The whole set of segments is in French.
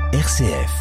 RCF.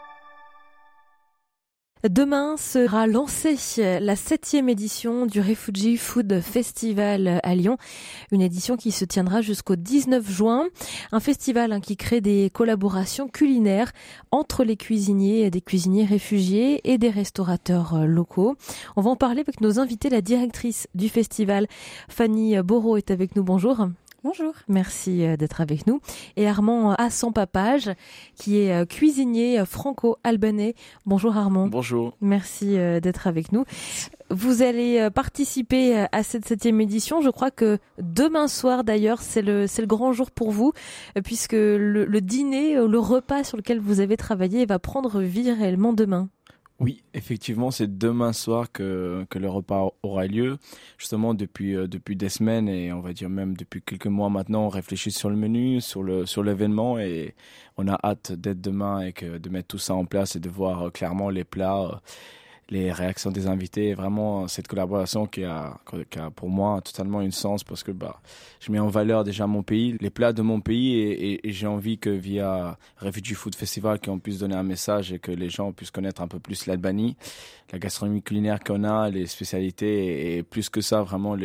Demain sera lancée la 7e édition du Refugee Food Festival à Lyon. Une édition qui se tiendra jusqu'au 19 juin. Un festival qui crée des collaborations culinaires entre les cuisiniers, des cuisiniers réfugiés et des restaurateurs locaux. On va en parler avec nos invités. La directrice du festival, Fanny Borot, est avec nous. Bonjour. Bonjour. Merci d'être avec nous. Et Armand Assampapage, qui est cuisinier franco-albanais. Bonjour Armand. Bonjour. Merci d'être avec nous. Vous allez participer à cette 7e édition. Je crois que demain soir d'ailleurs, c'est le grand jour pour vous, puisque le dîner, le repas sur lequel vous avez travaillé va prendre vie réellement demain. Oui, effectivement, c'est demain soir que le repas aura lieu. Justement, depuis des semaines et on va dire même depuis quelques mois maintenant, on réfléchit sur le menu, sur l'événement et on a hâte d'être demain et de mettre tout ça en place et de voir clairement les plats, les réactions des invités. Vraiment, cette collaboration qui a pour moi totalement une sens parce que je mets en valeur déjà mon pays, les plats de mon pays et j'ai envie que via Refugee Food Festival qu'on puisse donner un message et que les gens puissent connaître un peu plus l'Albanie, la gastronomie culinaire qu'on a, les spécialités et plus que ça, vraiment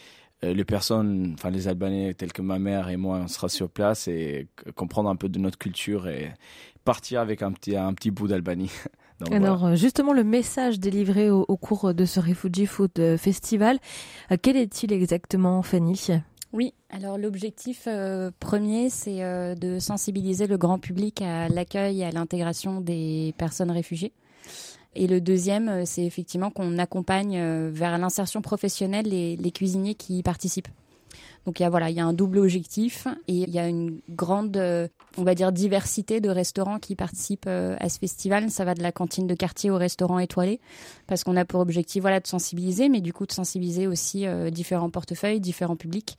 les personnes, enfin les Albanais tels que ma mère et moi, on sera sur place et comprendre un peu de notre culture et partir avec un petit bout d'Albanie. Donc, alors voilà. Justement, le message délivré au cours de ce Refugee Food Festival, quel est-il exactement, Fanny ? Oui, alors l'objectif premier, c'est de sensibiliser le grand public à l'accueil et à l'intégration des personnes réfugiées. Et le deuxième, c'est effectivement qu'on accompagne vers l'insertion professionnelle les cuisiniers qui y participent. Donc il y a un double objectif et il y a une grande, on va dire, diversité de restaurants qui participent à ce festival. Ça va de la cantine de quartier au restaurant étoilé parce qu'on a pour objectif de sensibiliser, mais du coup de sensibiliser aussi différents portefeuilles, différents publics.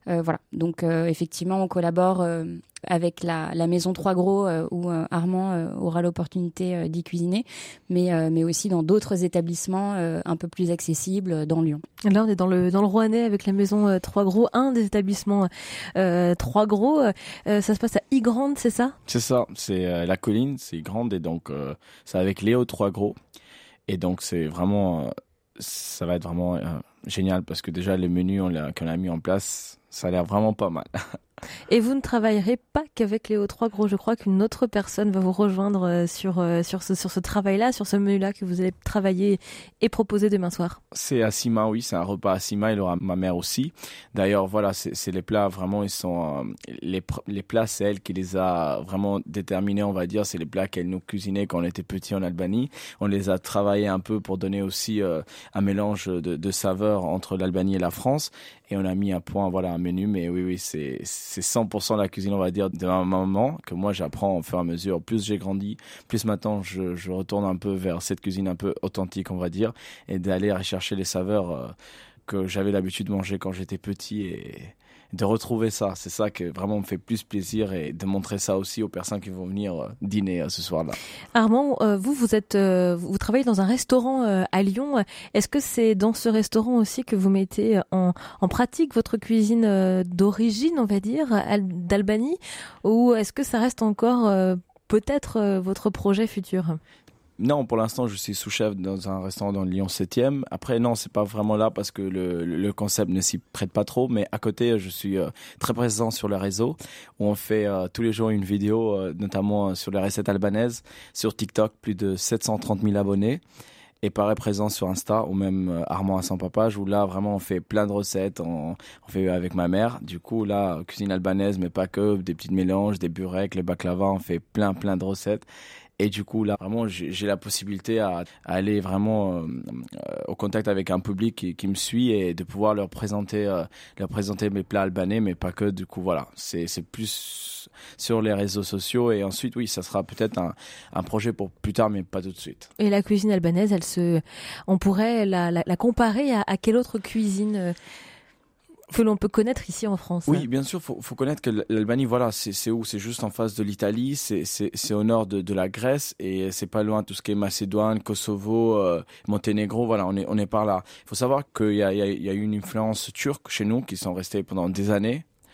Donc effectivement, on collabore avec la maison Trois Gros où Armand aura l'opportunité d'y cuisiner, mais aussi dans d'autres établissements un peu plus accessibles dans Lyon. Là, on est dans le Rouennais avec la maison Trois Gros, un des établissements Trois Gros. Ça se passe à Ygrande, c'est ça ? C'est ça, c'est la colline, c'est Ygrande et donc c'est avec Léo Trois Gros. Et donc c'est vraiment, ça va être vraiment génial parce que déjà les menus qu'on a mis en place, ça a l'air vraiment pas mal. Et vous ne travaillerez pas qu'avec Léo Trois Gros. Je crois qu'une autre personne va vous rejoindre sur ce travail-là, sur ce menu-là que vous allez travailler et proposer demain soir. C'est à Sima, oui, c'est un repas à Sima. Il aura ma mère aussi. D'ailleurs, voilà, c'est les plats vraiment. Ils sont les plats, c'est elle qui les a vraiment déterminés, on va dire. C'est les plats qu'elle nous cuisinait quand on était petits en Albanie. On les a travaillés un peu pour donner aussi un mélange de saveurs entre l'Albanie et la France. Et on a mis à point, un menu. Mais oui, c'est 100% la cuisine, on va dire, de ma maman, que moi j'apprends au fur et à mesure. Plus j'ai grandi, plus maintenant je retourne un peu vers cette cuisine un peu authentique, on va dire, et d'aller rechercher les saveurs que j'avais l'habitude de manger quand j'étais petit et de retrouver ça. C'est ça qui vraiment me fait plus plaisir et de montrer ça aussi aux personnes qui vont venir dîner ce soir-là. Armand, vous travaillez dans un restaurant à Lyon. Est-ce que c'est dans ce restaurant aussi que vous mettez en pratique votre cuisine d'origine, on va dire, d'Albanie, ou est-ce que ça reste encore peut-être votre projet futur ? Non, pour l'instant, je suis sous-chef dans un restaurant dans Lyon 7e. Après, non, c'est pas vraiment là parce que le concept ne s'y prête pas trop. Mais à côté, je suis très présent sur le réseau où on fait tous les jours une vidéo, notamment sur les recettes albanaises. Sur TikTok, plus de 730 000 abonnés. Et pareil, présent sur Insta ou même Armand Assampapage où là, vraiment, on fait plein de recettes. On fait avec ma mère. Du coup, là, cuisine albanaise, mais pas que. Des petits mélanges, des bureks, les baklava. On fait plein de recettes. Et du coup, là, vraiment, j'ai la possibilité à aller vraiment au contact avec un public qui me suit et de pouvoir leur présenter mes plats albanais, mais pas que. Du coup, voilà, c'est plus sur les réseaux sociaux. Et ensuite, oui, ça sera peut-être un projet pour plus tard, mais pas tout de suite. Et la cuisine albanaise, on pourrait la comparer à quelle autre cuisine que l'on peut connaître ici en France? Oui, bien sûr, faut connaître que l'Albanie, c'est où? C'est juste en face de l'Italie, c'est au nord de la Grèce et c'est pas loin tout ce qui est Macédoine, Kosovo, Monténégro, on est par là. Il faut savoir qu'il y a eu une influence turque chez nous qui sont restés pendant des années.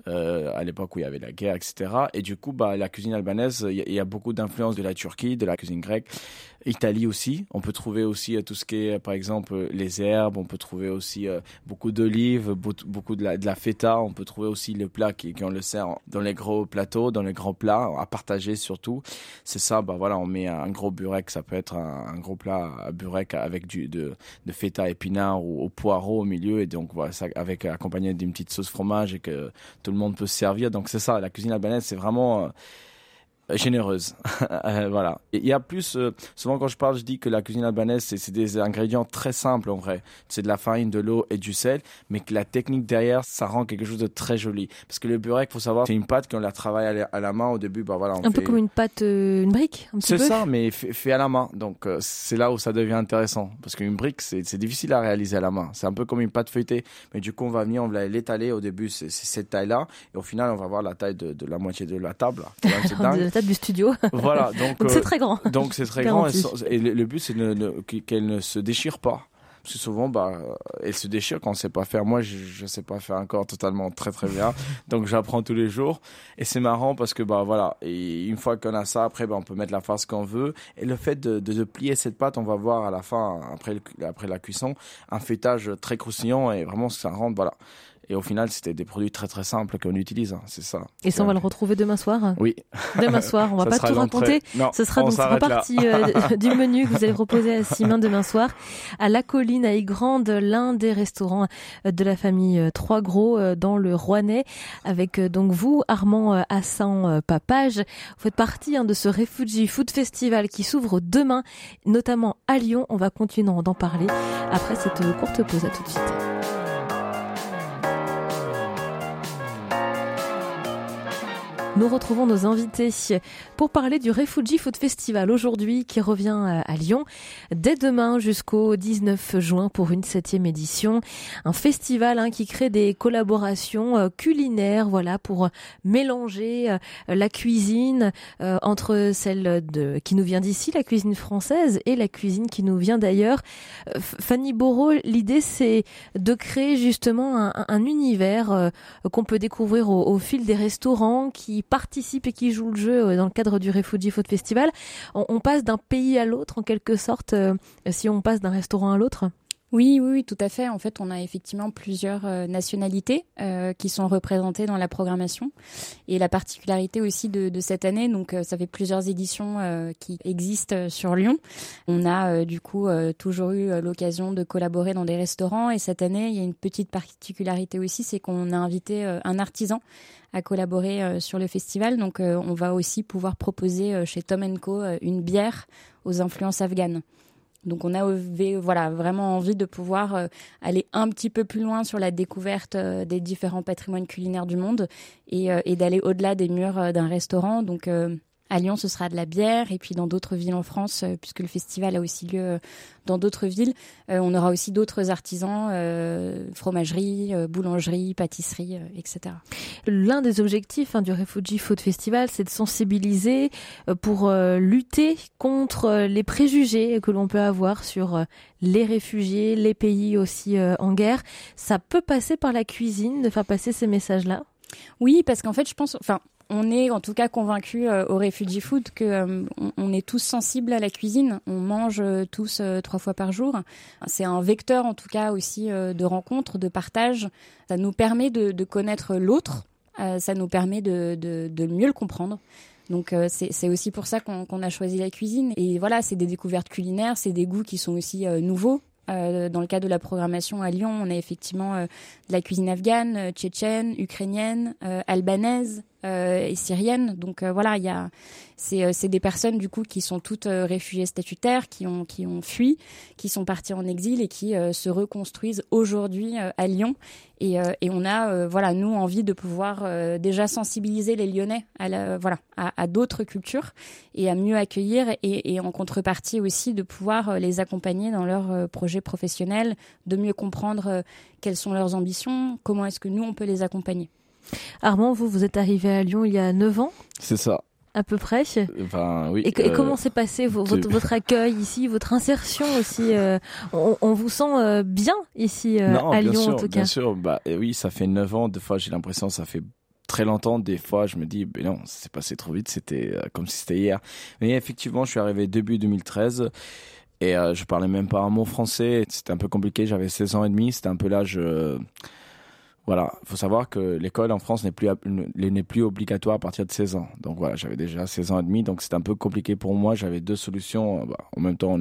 à l'époque où il y avait la guerre, etc. Et du coup, la cuisine albanaise, il y a beaucoup d'influence de la Turquie, de la cuisine grecque, Italie aussi. On peut trouver aussi tout ce qui est, par exemple, les herbes. On peut trouver aussi beaucoup d'olives, beaucoup de la feta. On peut trouver aussi le plat qu'on le sert dans les gros plateaux, dans les grands plats, à partager surtout. C'est ça, on met un gros burek. Ça peut être un gros plat à burek avec de feta épinard ou au poireau au milieu. Et donc, voilà, ça, accompagné d'une petite sauce fromage et que tout le monde peut se servir. Donc, c'est ça. La cuisine albanaise, c'est vraiment généreuse. Voilà. Et il y a plus, souvent quand je parle, je dis que la cuisine albanaise, c'est des ingrédients très simples en vrai. C'est de la farine, de l'eau et du sel, mais que la technique derrière, ça rend quelque chose de très joli. Parce que le burek, faut savoir, c'est une pâte qu'on la travaille à la main au début. Un peu comme une pâte, une brique, un petit peu. C'est ça, mais fait à la main. Donc c'est là où ça devient intéressant. Parce qu'une brique, c'est difficile à réaliser à la main. C'est un peu comme une pâte feuilletée. Mais du coup, on va l'étaler. Au début, c'est cette taille-là. Et au final, on va avoir la taille de la moitié de la table. C'est dingue. Du studio. Voilà, donc c'est très grand. Donc c'est très grand et le but c'est qu'elle ne se déchire pas. Parce que souvent, elle se déchire quand on sait pas faire. Moi, je sais pas faire encore totalement très très bien. Donc j'apprends tous les jours et c'est marrant parce que voilà. Et une fois qu'on a ça, après on peut mettre la farce qu'on veut. Et le fait de plier cette pâte, on va voir à la fin, après la cuisson, un feuilletage très croustillant et vraiment ça rentre. Voilà. Et au final, c'était des produits très très simples qu'on utilise, c'est ça. Et ça, on va le retrouver demain soir. Oui. Demain soir, on va pas tout raconter. Non, ce sera donc une partie du menu que vous allez proposer à Simain demain soir à La Colline à Ygrande, l'un des restaurants de la famille Trois Gros dans le Rouennais, avec donc vous, Armand Hassan Papage. Vous faites partie de ce Refugee Food Festival qui s'ouvre demain, notamment à Lyon. On va continuer d'en parler après cette courte pause. À tout de suite. Nous retrouvons nos invités pour parler du Refugee Food Festival aujourd'hui qui revient à Lyon dès demain jusqu'au 19 juin pour une 7e édition. Un festival qui crée des collaborations culinaires, pour mélanger la cuisine entre celle qui nous vient d'ici, la cuisine française, et la cuisine qui nous vient d'ailleurs. Fanny Borot, l'idée c'est de créer justement un univers qu'on peut découvrir au fil des restaurants qui participent et qui jouent le jeu dans le cadre du Refugee Food Festival. On passe d'un pays à l'autre en quelque sorte, si on passe d'un restaurant à l'autre. Oui, tout à fait. En fait, on a effectivement plusieurs nationalités qui sont représentées dans la programmation. Et la particularité aussi de cette année, donc ça fait plusieurs éditions qui existent sur Lyon. On a du coup toujours eu l'occasion de collaborer dans des restaurants. Et cette année, il y a une petite particularité aussi, c'est qu'on a invité un artisan à collaborer sur le festival. Donc on va aussi pouvoir proposer chez Tom & Co une bière aux influences afghanes. Donc on a vraiment envie de pouvoir aller un petit peu plus loin sur la découverte des différents patrimoines culinaires du monde et d'aller au-delà des murs d'un restaurant. Donc à Lyon, ce sera de la bière, et puis dans d'autres villes en France, puisque le festival a aussi lieu dans d'autres villes, on aura aussi d'autres artisans, fromagerie, boulangerie, pâtisserie, etc. L'un des objectifs du Refugee Food Festival, c'est de sensibiliser pour lutter contre les préjugés que l'on peut avoir sur les réfugiés, les pays aussi en guerre. Ça peut passer par la cuisine, de faire passer ces messages-là ? Oui, parce qu'en fait, je pense... On est en tout cas convaincus au Refugee Food que on est tous sensibles à la cuisine. On mange tous 3 fois par jour. C'est un vecteur en tout cas aussi de rencontres, de partage. Ça nous permet de connaître l'autre. Ça nous permet de mieux le comprendre. Donc c'est aussi pour ça qu'on a choisi la cuisine. Et voilà, c'est des découvertes culinaires, c'est des goûts qui sont aussi nouveaux. Dans le cadre de la programmation à Lyon, on a effectivement de la cuisine afghane, tchétchène, ukrainienne, albanaise et syrienne. Donc c'est des personnes du coup qui sont toutes réfugiées statutaires, qui ont fui, qui sont parties en exil et qui se reconstruisent aujourd'hui à Lyon. Et on a nous envie de pouvoir déjà sensibiliser les Lyonnais à d'autres cultures et à mieux accueillir et en contrepartie aussi de pouvoir les accompagner dans leurs projets professionnels, de mieux comprendre quelles sont leurs ambitions, comment est-ce que nous on peut les accompagner. Armand, vous êtes arrivé à Lyon il y a 9 ans ? C'est ça. À peu près. Oui. Et comment s'est passé votre accueil ici, votre insertion aussi on vous sent bien ici à Lyon, en tout cas. Bien sûr. Oui, ça fait 9 ans. Des fois, j'ai l'impression que ça fait très longtemps. Des fois, je me dis, ben non, c'est passé trop vite, c'était comme si c'était hier. Mais effectivement, je suis arrivé début 2013 et je parlais même pas un mot français. C'était un peu compliqué, j'avais 16 ans et demi, c'était un peu l'âge... Voilà, il faut savoir que l'école en France n'est plus obligatoire à partir de 16 ans. Donc voilà, j'avais déjà 16 ans et demi, donc c'était un peu compliqué pour moi. J'avais deux solutions. En même temps,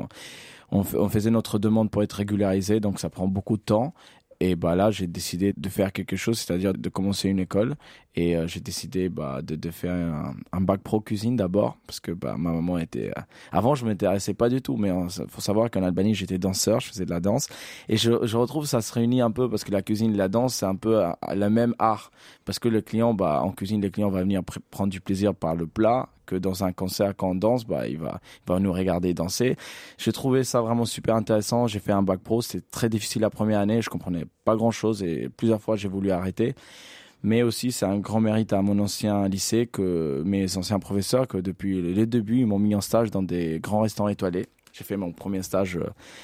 on faisait notre demande pour être régularisé, donc ça prend beaucoup de temps. Et là, j'ai décidé de faire quelque chose, c'est-à-dire de commencer une école. Et j'ai décidé de faire un bac pro cuisine d'abord, parce que ma maman était... Avant, je m'intéressais pas du tout, mais faut savoir qu'en Albanie, j'étais danseur, je faisais de la danse. Et je retrouve ça se réunit un peu, parce que la cuisine et la danse, c'est un peu le même art. Parce que le client, en cuisine, le client va venir prendre du plaisir par le plat, que dans un concert, quand on danse, il va nous regarder danser. J'ai trouvé ça vraiment super intéressant. J'ai fait un bac pro, c'était très difficile la première année, je comprenais pas grand-chose et plusieurs fois j'ai voulu arrêter. Mais aussi, c'est un grand mérite à mon ancien lycée, que mes anciens professeurs, que depuis les débuts, ils m'ont mis en stage dans des grands restaurants étoilés. J'ai fait mon premier stage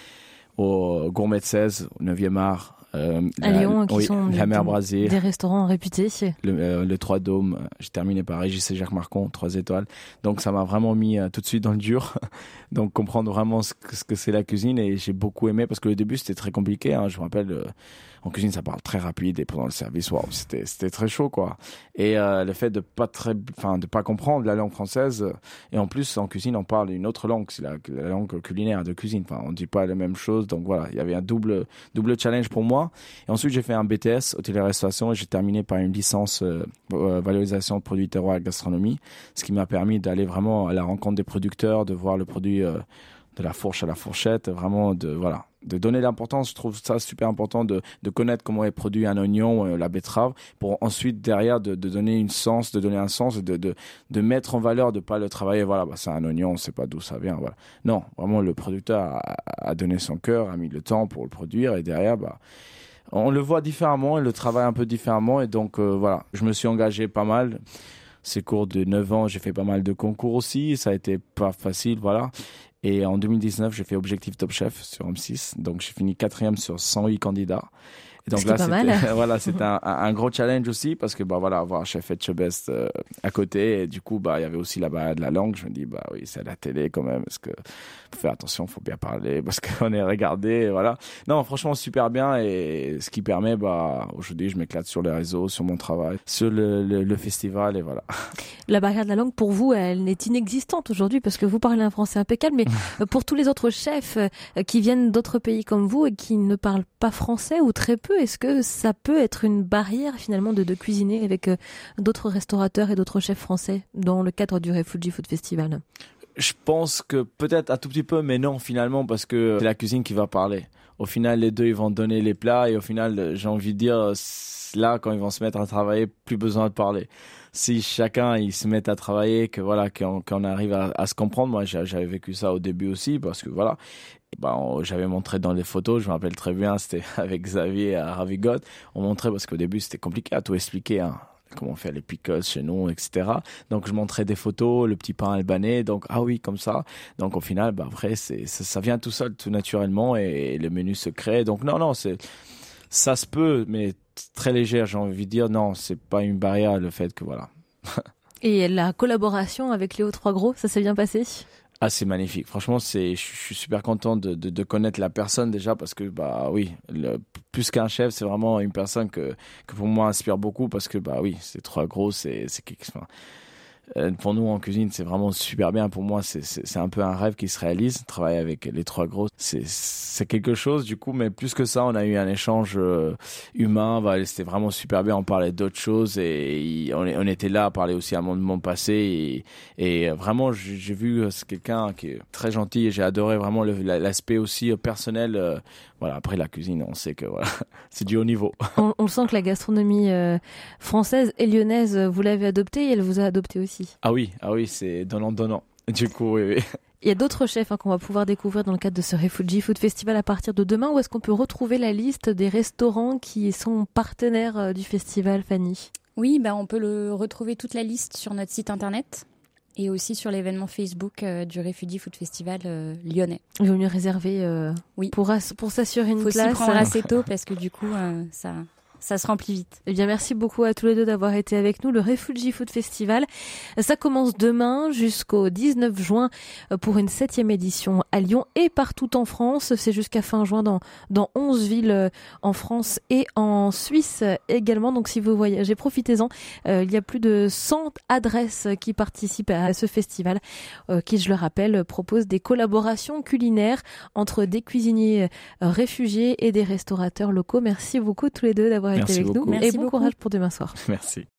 au Gourmet de 16, au 9e art. À Lyon, qui sont la Mer Brasier, des restaurants réputés. Le 3 Dômes, j'ai terminé par Régis et Jacques Marcon, 3 étoiles. Donc ça m'a vraiment mis tout de suite dans le dur. Donc comprendre vraiment ce que c'est la cuisine, et j'ai beaucoup aimé parce que le début c'était très compliqué. Je me rappelle, en cuisine ça parle très rapide et pendant le service, waouh, c'était très chaud quoi. Et le fait de pas comprendre la langue française, et en plus en cuisine on parle une autre langue, c'est la langue culinaire de cuisine. On dit pas la même chose, donc voilà, il y avait un double challenge pour moi. Et ensuite, j'ai fait un BTS hôtellerie-restauration et j'ai terminé par une licence valorisation de produits terroirs et gastronomie, ce qui m'a permis d'aller vraiment à la rencontre des producteurs, de voir le produit de la fourche à la fourchette, vraiment de donner l'importance. Je trouve ça super important de connaître comment est produit un oignon, la betterave, pour ensuite derrière de donner un sens, et de mettre en valeur, de pas le travailler. Voilà, c'est un oignon, on sait pas d'où ça vient. Voilà. Non, vraiment le producteur a donné son cœur, a mis le temps pour le produire, et derrière, on le voit différemment, et le travaille un peu différemment. Et donc, voilà, je me suis engagé pas mal. Ces cours de 9 ans, j'ai fait pas mal de concours aussi. Ça a été pas facile, voilà. Et en 2019, j'ai fait Objectif Top Chef sur M6. Donc, j'ai fini 4e sur 108 candidats. Et donc là, c'était un gros challenge aussi, parce que avoir Chef Etchebest à côté, et du coup il y avait aussi la barrière de la langue. Je me dis oui, c'est à la télé quand même, parce que faut faire attention, faut bien parler parce qu'on est regardé, et voilà. Non, franchement super bien, et ce qui permet aujourd'hui je m'éclate sur les réseaux, sur mon travail, sur le festival, et voilà. La barrière de la langue pour vous, elle est inexistante aujourd'hui, parce que vous parlez un français impeccable, mais pour tous les autres chefs qui viennent d'autres pays comme vous et qui ne parlent pas français ou très peu, est-ce que ça peut être une barrière finalement de cuisiner avec d'autres restaurateurs et d'autres chefs français dans le cadre du Refugee Food Festival? Je pense que peut-être un tout petit peu, mais non finalement, parce que c'est la cuisine qui va parler. Au final, les deux, ils vont donner les plats, et au final, j'ai envie de dire, là, quand ils vont se mettre à travailler, plus besoin de parler. Si chacun il se met à travailler, qu'on arrive à se comprendre. Moi, j'avais vécu ça au début aussi, parce que j'avais montré dans les photos, je me rappelle très bien, c'était avec Xavier à Ravigote. On montrait, parce qu'au début c'était compliqué à tout expliquer, comment faire les pickles chez nous, etc. Donc je montrais des photos, le petit pain albanais, donc oui, comme ça. Donc au final, après ça vient tout seul, tout naturellement, et le menu se crée. Donc non, ça se peut, mais très légère, j'ai envie de dire. Non, c'est pas une barrière, le fait que voilà. Et la collaboration avec Léo Trois Gros, ça s'est bien passé? C'est magnifique. Franchement, je suis super content de connaître la personne déjà, parce que oui, plus qu'un chef, c'est vraiment une personne que pour moi inspire beaucoup, parce que oui, c'est Trois Gros, c'est quelque chose. Pour nous en cuisine, c'est vraiment super bien. Pour moi, c'est un peu un rêve qui se réalise. Travailler avec les Trois Gros, c'est quelque chose du coup. Mais plus que ça, on a eu un échange humain. C'était vraiment super bien. On parlait d'autres choses, et on était là à parler aussi à mon passé. Et vraiment, j'ai vu c'est quelqu'un qui est très gentil, et j'ai adoré vraiment l'aspect aussi personnel. Après la cuisine, on sait que c'est du haut niveau. On sent que la gastronomie française et lyonnaise, vous l'avez adoptée, et elle vous a adopté aussi. Ah oui, c'est donnant. Du coup, oui. Il y a d'autres chefs qu'on va pouvoir découvrir dans le cadre de ce Refugee Food Festival à partir de demain. Où est-ce qu'on peut retrouver la liste des restaurants qui sont partenaires du festival, Fanny? Oui, on peut retrouver toute la liste sur notre site internet, et aussi sur l'événement Facebook du Refugee Food Festival lyonnais. Il vaut mieux réserver oui. pour s'assurer une place. Il faut s'y prendre assez tôt, parce que du coup, ça Ça se remplit vite. Eh bien, merci beaucoup à tous les deux d'avoir été avec nous. Le Refugee Food Festival, ça commence demain jusqu'au 19 juin pour une 7e édition à Lyon et partout en France. C'est jusqu'à fin juin dans 11 villes en France et en Suisse également. Donc, si vous voyagez, profitez-en. Il y a plus de 100 adresses qui participent à ce festival qui, je le rappelle, propose des collaborations culinaires entre des cuisiniers réfugiés et des restaurateurs locaux. Merci beaucoup tous les deux d'avoir été avec nous. Merci et bon beaucoup. courage pour demain soir. Merci.